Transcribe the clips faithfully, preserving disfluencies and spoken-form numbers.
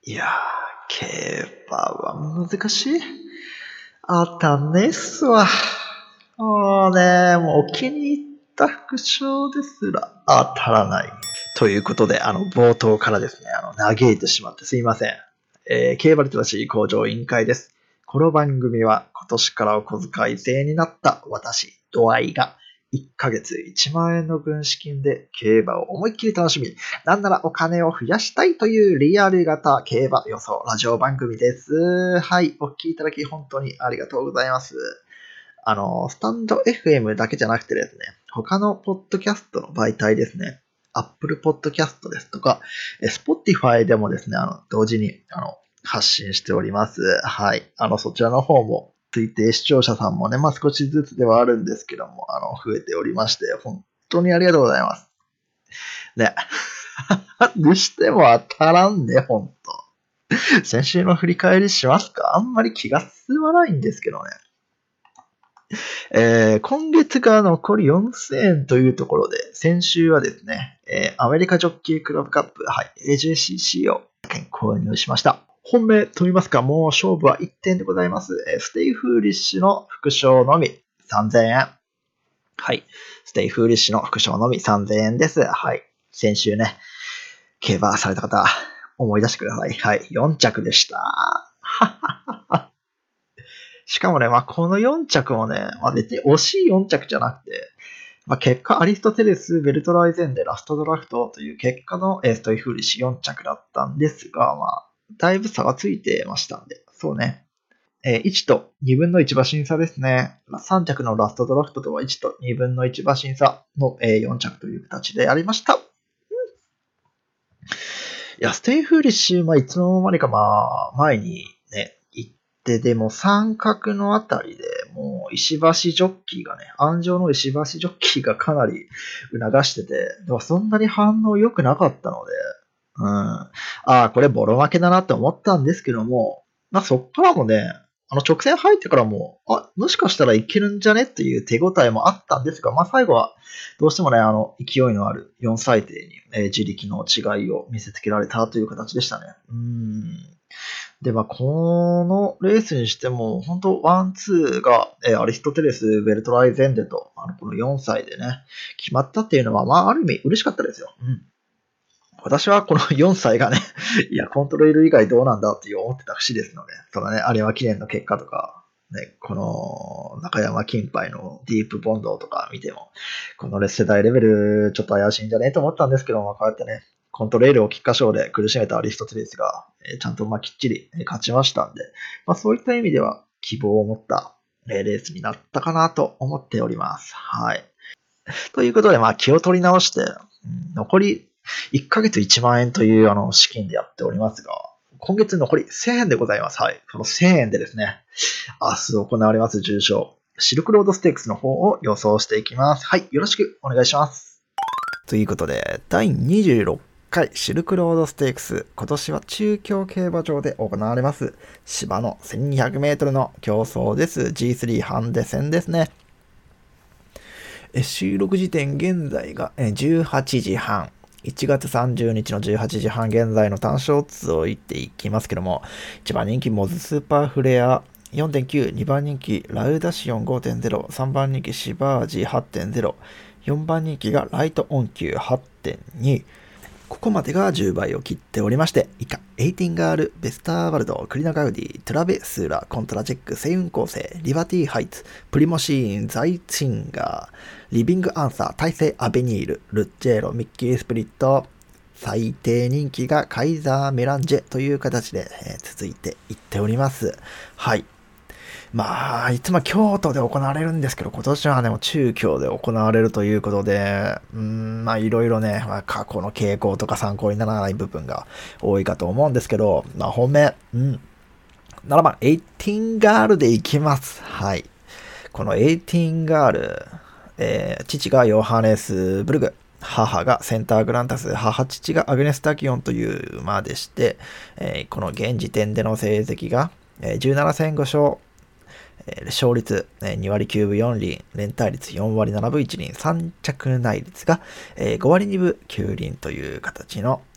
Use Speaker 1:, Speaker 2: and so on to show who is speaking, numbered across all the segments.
Speaker 1: いやー、競馬は難しい。当たんねえっすわ。もうね、もうお気に入った副賞ですら当たらない。ということで、あの、冒頭からですね、あの、嘆いてしまってすいません。えー、競馬リテラシー向上委員会です。この番組は今年からお小遣い制になった私、ドアイがいっかげついちまん円の軍資金で競馬を思いっきり楽しみ、なんならお金を増やしたいというリアル型競馬予想ラジオ番組です。はい、お聞きいただき本当にありがとうございます。あの、スタンド エフエム だけじゃなくてですね、他のポッドキャストの媒体ですね、Apple Podcast ですとか、Spotify でもですね、あの、同時に、あの、発信しております。はい。あの、そちらの方も、推定視聴者さんもね、まあ、少しずつではあるんですけども、あの、増えておりまして、本当にありがとうございます。ね。にしても当たらんね、ほんと。先週の振り返りしますか？あんまり気が進まないんですけどね。えー、今月が残りよんせんえんというところで、先週はですね、えー、アメリカジョッキークラブカップ、はい、エージェーシーシー を購入しました。本命と言いますか、もう勝負はいってんでございます。えー、ステイフーリッシュの副賞のみさんぜんえん。はい。ステイフーリッシュの副賞のみさんぜんえんです。はい。先週ね、競馬された方、思い出してください。はい。よん着でした。しかもね、まあ、このよん着もね、まあ、別に惜しいよん着じゃなくて、まあ、結果、アリストテレス、ベルトライゼンでラストドラフトという結果のストイフーリッシュよん着だったんですが、まあ、だいぶ差がついてましたんで、そうね。えー、いちとにぶんのいち馬身差ですね。まあ、さん着のラストドラフトとはいちとにぶんのいち馬身差の、えー、よん着という形でありました。うん、いや、ステイフーリッシュ、まあ、いつの間にかまあ、前にね、行ってでも三角のあたりでもう石橋ジョッキーがね、安城の石橋ジョッキーがかなり促してて、でもそんなに反応良くなかったので、うん。ああ、これボロ負けだなって思ったんですけども、まあそっからもね、あの直線入ってからも、あ、もしかしたらいけるんじゃねっていう手応えもあったんですが、まあ最後はどうしてもね、あの勢いのあるよん最低に、えー、自力の違いを見せつけられたという形でしたね。うん。で、まあこのレースにしても、本当ワン、ツーが、えー、アリストテレス、ベルトライゼンデと、あのこのよんさいでね、決まったっていうのは、まあある意味嬉しかったですよ。うん。私はこのよんさいがね、いや、コントロール以外どうなんだって思ってた節ですので、そのね、有馬記念の結果とか、ね、この中山金杯のディープボンドとか見ても、この世代レベルちょっと怪しいんじゃねえと思ったんですけども、こうやってね、コントレールを菊花賞で苦しめたアリストテレスが、えー、ちゃんとまあきっちり勝ちましたんで、まあそういった意味では希望を持ったレースになったかなと思っております。はい。ということで、まあ気を取り直して、残りいっかげついちまん円というあの資金でやっておりますが、今月残りせんえんでございます。はい。そのせんえんでですね、明日行われます重賞、シルクロードステークスの方を予想していきます。はい。よろしくお願いします。ということで、だいにじゅうろっかいシルクロードステークス、今年は中京競馬場で行われます。芝のせんにひゃくメートルの競争です。ジースリー ハンデ戦ですね。収録時点現在がじゅうはちじはん。いちがつさんじゅうにちのじゅうはちじはん現在の単勝数を言っていきますけども、いちばん人気モズスーパーフレア よんてんきゅう、にばん人気ラウダシオン ごてんゼロ、さんばん人気シバージ はちてんゼロ、よんばん人気がライトオンキュー はちてんに、ここまでがじゅうばいを切っておりまして、以下、エイティンガール、ベスターバルド、クリナガウディ、トゥラベスーラ、コントラチェック、星雲構成、リバティハイツ、プリモシーン、ザイチンガー、リビングアンサー、大西アベニール、ルッチェーロ、ミッキースプリット、最低人気がカイザーメランジェという形で、えー、続いていっております。はい。まあ、いつも京都で行われるんですけど、今年はね、もう中京で行われるということで、うーん、まあいろいろね、まあ、過去の傾向とか参考にならない部分が多いかと思うんですけど、まあ本命、うん。ななばん、エイティンガールでいきます。はい。このエイティンガール、えー、父がヨハネス・ブルグ、母がセンターグランタス、母父がアグネス・タキオンという馬でして、えー、この現時点での成績が、えー、じゅうななせんご勝、勝率にわりきゅうぶよんりん、連帯率よんわりななぶいちりん、さん着内率がごわりにぶきゅうりんという形の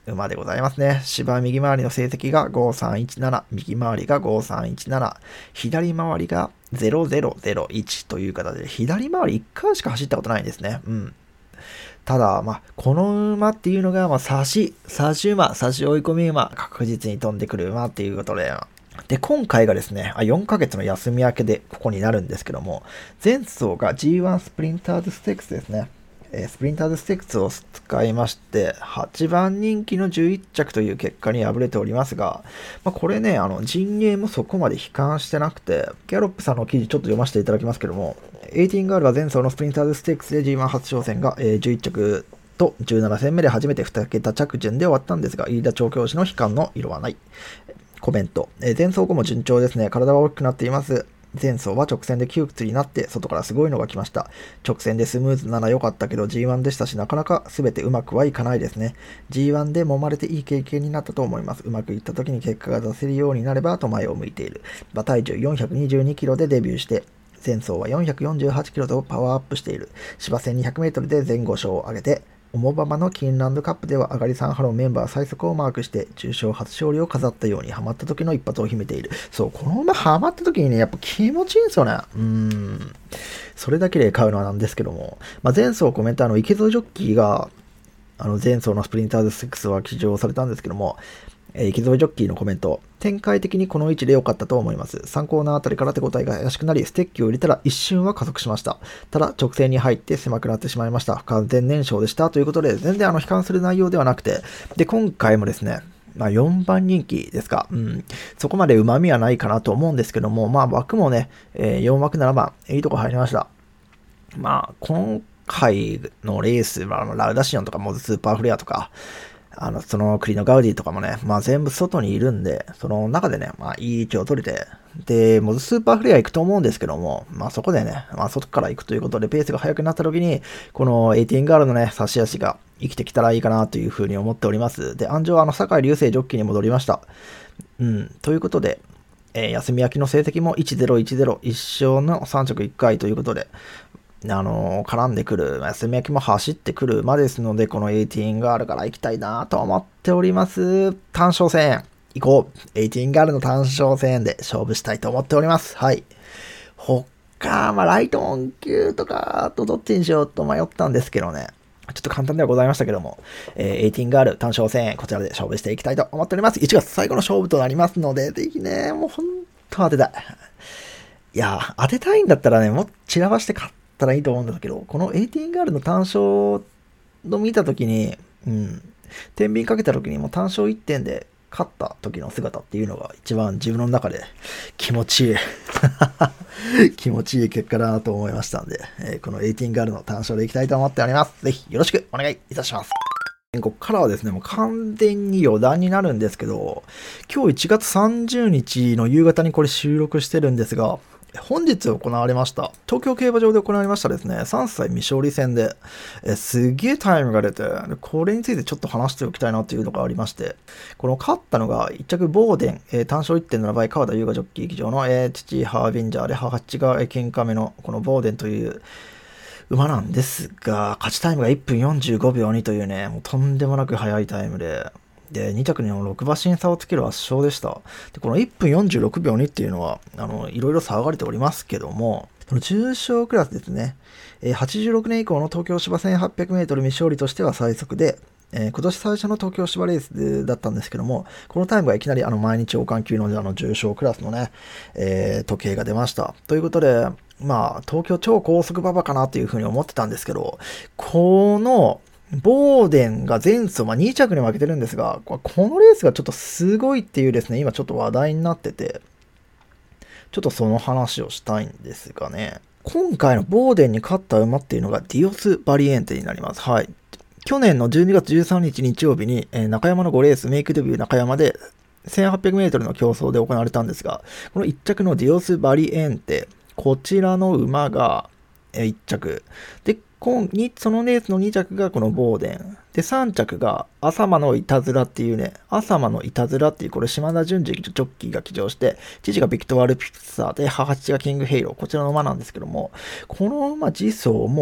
Speaker 1: 馬でございますね。芝右回りの成績がごさんいちなな、右回りがごさんいちなな、左回りがゼロゼロゼロいちという形で、左回りいっかいしか走ったことないんですね。うん。ただ、まあ、この馬っていうのが、まあ、差し、差し馬、差し追い込み馬、確実に飛んでくる馬っていうことで、で、今回がですね、よんかげつの休み明けでここになるんですけども、前走が ジーワン スプリンターズステークスですね。スプリンターズステークスを使いまして、はちばん人気のじゅういっちゃくという結果に敗れておりますが、まあ、これね、あの陣営もそこまで悲観してなくて、ギャロップさんの記事ちょっと読ませていただきますけども、エイティーガールは前走のスプリンターズステークスで ジーワン 初挑戦がじゅういっちゃくとじゅうなな戦目で初めてに桁着順で終わったんですが、飯田調教師の悲観の色はない。コメント。前走後も順調ですね。体は大きくなっています。前走は直線で窮屈になって外からすごいのが来ました。直線でスムーズなら良かったけど ジーワン でしたし、なかなか全てうまくはいかないですね。ジーワン で揉まれていい経験になったと思います。うまくいった時に結果が出せるようになればと前を向いている。馬体重よんひゃくにじゅうにキロでデビューして、前走はよんひゃくよんじゅうはちキロとパワーアップしている。芝 せんにひゃくメートル で前後賞を上げて、重馬場のキーンランドカップでは上がりさんハローメンバー最速をマークして重賞初勝利を飾ったようにハマった時の一発を秘めている。そう、この馬ハマった時にね、やっぱ気持ちいいんですよね。うーん。それだけで買うのはなんですけども、まあ、前走コメントあの池添ジョッキーが、あの前走のスプリンターズシックスは騎乗されたんですけども、えー、池添ジョッキーのコメント。展開的にこの位置で良かったと思います。さんコーナーあたりから手応えが怪しくなり、ステッキを入れたら一瞬は加速しました。ただ、直線に入って狭くなってしまいました。不完全燃焼でした。ということで、全然あの悲観する内容ではなくて、で、今回もですね、まあ、よんばん人気ですか。うん。そこまで旨味はないかなと思うんですけども、まあ、枠もね、えー、よんわくななばん、いいとこ入りました。まあ、今回のレース、まあ、ラウダシオンとかモズスーパーフレアとか、あの、そのクリノガウディとかもね、まあ全部外にいるんで、その中でね、まあいい位置を取れて、で、モズスーパーフレア行くと思うんですけども、まあそこでね、まあ外から行くということでペースが速くなった時に、このエイティーンガールのね、差し足が生きてきたらいいかなというふうに思っております。で、安城はあの、坂井流星ジョッキーに戻りました。うん、ということで、えー、休み明けの成績もいちゼロいちゼロ、いっ勝のさん着いっかいということで、あのー、絡んでくる、休み明けも走ってくる馬ですので、このエイティーンガールから行きたいなと思っております。単勝戦行こう。エイティーンガールの単勝戦で勝負したいと思っております。はい。他、まあ、ライトオン級とか、あとどっちにしようと迷ったんですけどね。ちょっと簡単ではございましたけども、えー、エイティーンガール単勝戦、こちらで勝負していきたいと思っております。いちがつ最後の勝負となりますので、ぜひね、もうほんと当てたい。いや、当てたいんだったらね、もう散らばして勝ったらいいと思うんだけど、このエイティーンガールの単勝を見たときに、うん、天秤かけたときにもう単勝いってんで勝った時の姿っていうのが一番自分の中で気持ちいい気持ちいい結果だなと思いましたんで、えー、このエイティーンガールの単勝でいきたいと思っております。ぜひよろしくお願いいたします。ここからはですね、もう完全に余談になるんですけど、今日いちがつさんじゅうにちの夕方にこれ収録してるんですが、本日行われました、東京競馬場で行われましたですね、さんさい未勝利戦で、えすげえタイムが出て、これについてちょっと話しておきたいなというのがありまして、この勝ったのがいっ着ボーデン、えー、単勝 いってんなな 倍川田優雅ジョッキー騎乗の、えー、父ハービンジャーで母父が喧嘩目のこのボーデンという馬なんですが、勝ちタイムがいっぷんよんじゅうごびょうにというね、もうとんでもなく速いタイムで、で、に着にろく馬身差をつける圧勝でした。で、このいっぷんよんじゅうろくびょうにっていうのは、あの、いろいろ騒がれておりますけども、この重賞クラスですね、はちじゅうろくねん以降の東京芝 せんはっぴゃくメートル 未勝利としては最速で、えー、今年最初の東京芝レースだったんですけども、このタイムがいきなりあの毎日王冠級のあの重賞クラスのね、えー、時計が出ました。ということで、まあ、東京超高速馬場かなというふうに思ってたんですけど、この、ボーデンが前走、まあ、に着に負けてるんですが、このレースがちょっとすごいっていうですね、今ちょっと話題になってて、ちょっとその話をしたいんですがね、今回のボーデンに勝った馬っていうのがディオス・バリエンテになります。はい。去年のじゅうにがつじゅうさんにち日曜日に、えー、中山のごレース、メイクデビュー中山でせんはっぴゃくメートルの競争で行われたんですが、このいっ着のディオス・バリエンテ、こちらの馬がいっ着。で、今にそのレースのに着がこのボーデン。で、さん着が浅間のいたずらっていうね、浅間のいたずらっていうこれ島田純次ジョッキーが騎乗して、父がビクトワール・ピクサーで、母父がキングヘイロー、こちらの馬なんですけども、この馬自走も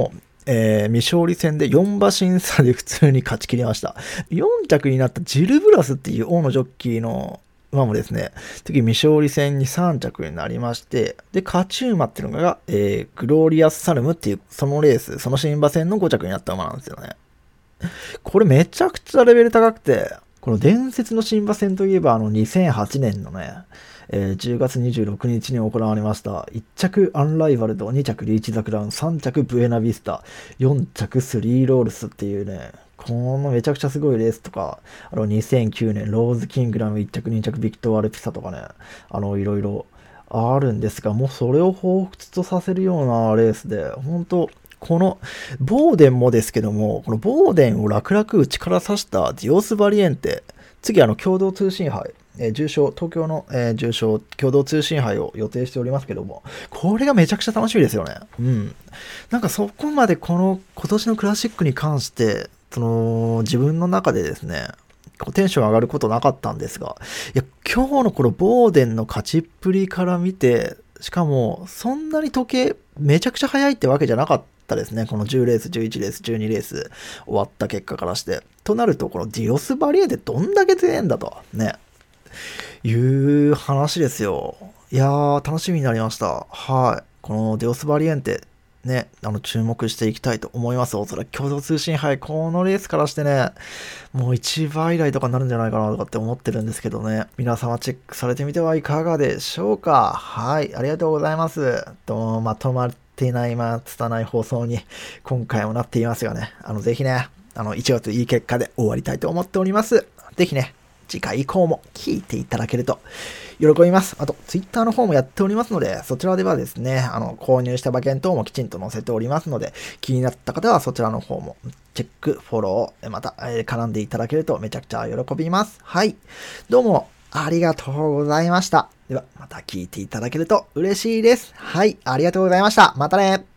Speaker 1: えー、未勝利戦でよん馬審査で普通に勝ち切りました。よん着になったジルブラスっていう大野ジョッキーの馬もですね、次未勝利戦にさん着になりまして、で、勝ち馬っていうのが、えー、グローリアスサルムっていう、そのレース、その新馬戦のご着になった馬なんですよね。これめちゃくちゃレベル高くて、この伝説の新馬戦といえば、あのにせんはちねんのね、えー、じゅうがつにじゅうろくにちに行われました。いっ着アンライバルド、に着リーチザクラウン、さん着ブエナビスタ、よん着スリーロールスっていうね、このめちゃくちゃすごいレースとか、あのにせんきゅうねんローズキングダムいっ着に着ビクトワルピサとかね、あのいろいろあるんですが、もうそれを彷彿とさせるようなレースで、本当この、ボーデンもですけども、このボーデンを楽々打ちから刺したディオスバリエンテ、次あの共同通信杯、えー、重賞、東京の、えー、重賞共同通信杯を予定しておりますけども、これがめちゃくちゃ楽しみですよね。うん。なんかそこまでこの今年のクラシックに関して、その自分の中でですね、テンション上がることなかったんですが、いや、今日のこのボーデンの勝ちっぷりから見て、しかもそんなに時計めちゃくちゃ早いってわけじゃなかったですね。このじゅうレース、じゅういちレース、じゅうにレース終わった結果からして。となると、このディオスバリエンテどんだけ強いんだと。ね。いう話ですよ。いやー、楽しみになりました。はい。このディオスバリエンテ、ね、あの、注目していきたいと思います。おそらく共同通信杯、このレースからしてね、もう一倍台とかになるんじゃないかなとかって思ってるんですけどね。皆様チェックされてみてはいかがでしょうか。はい、ありがとうございます。と、まとまっていない、まあ、拙い放送に今回もなっていますがね、あの、ぜひね、あの、いちがついい結果で終わりたいと思っております。ぜひね、次回以降も聞いていただけると喜びます。あと、ツイッターの方もやっておりますので、そちらではですね、あの、購入した馬券等もきちんと載せておりますので、気になった方はそちらの方もチェック、フォロー、また、えー、絡んでいただけるとめちゃくちゃ喜びます。はい。どうもありがとうございました。では、また聞いていただけると嬉しいです。はい。ありがとうございました。またね。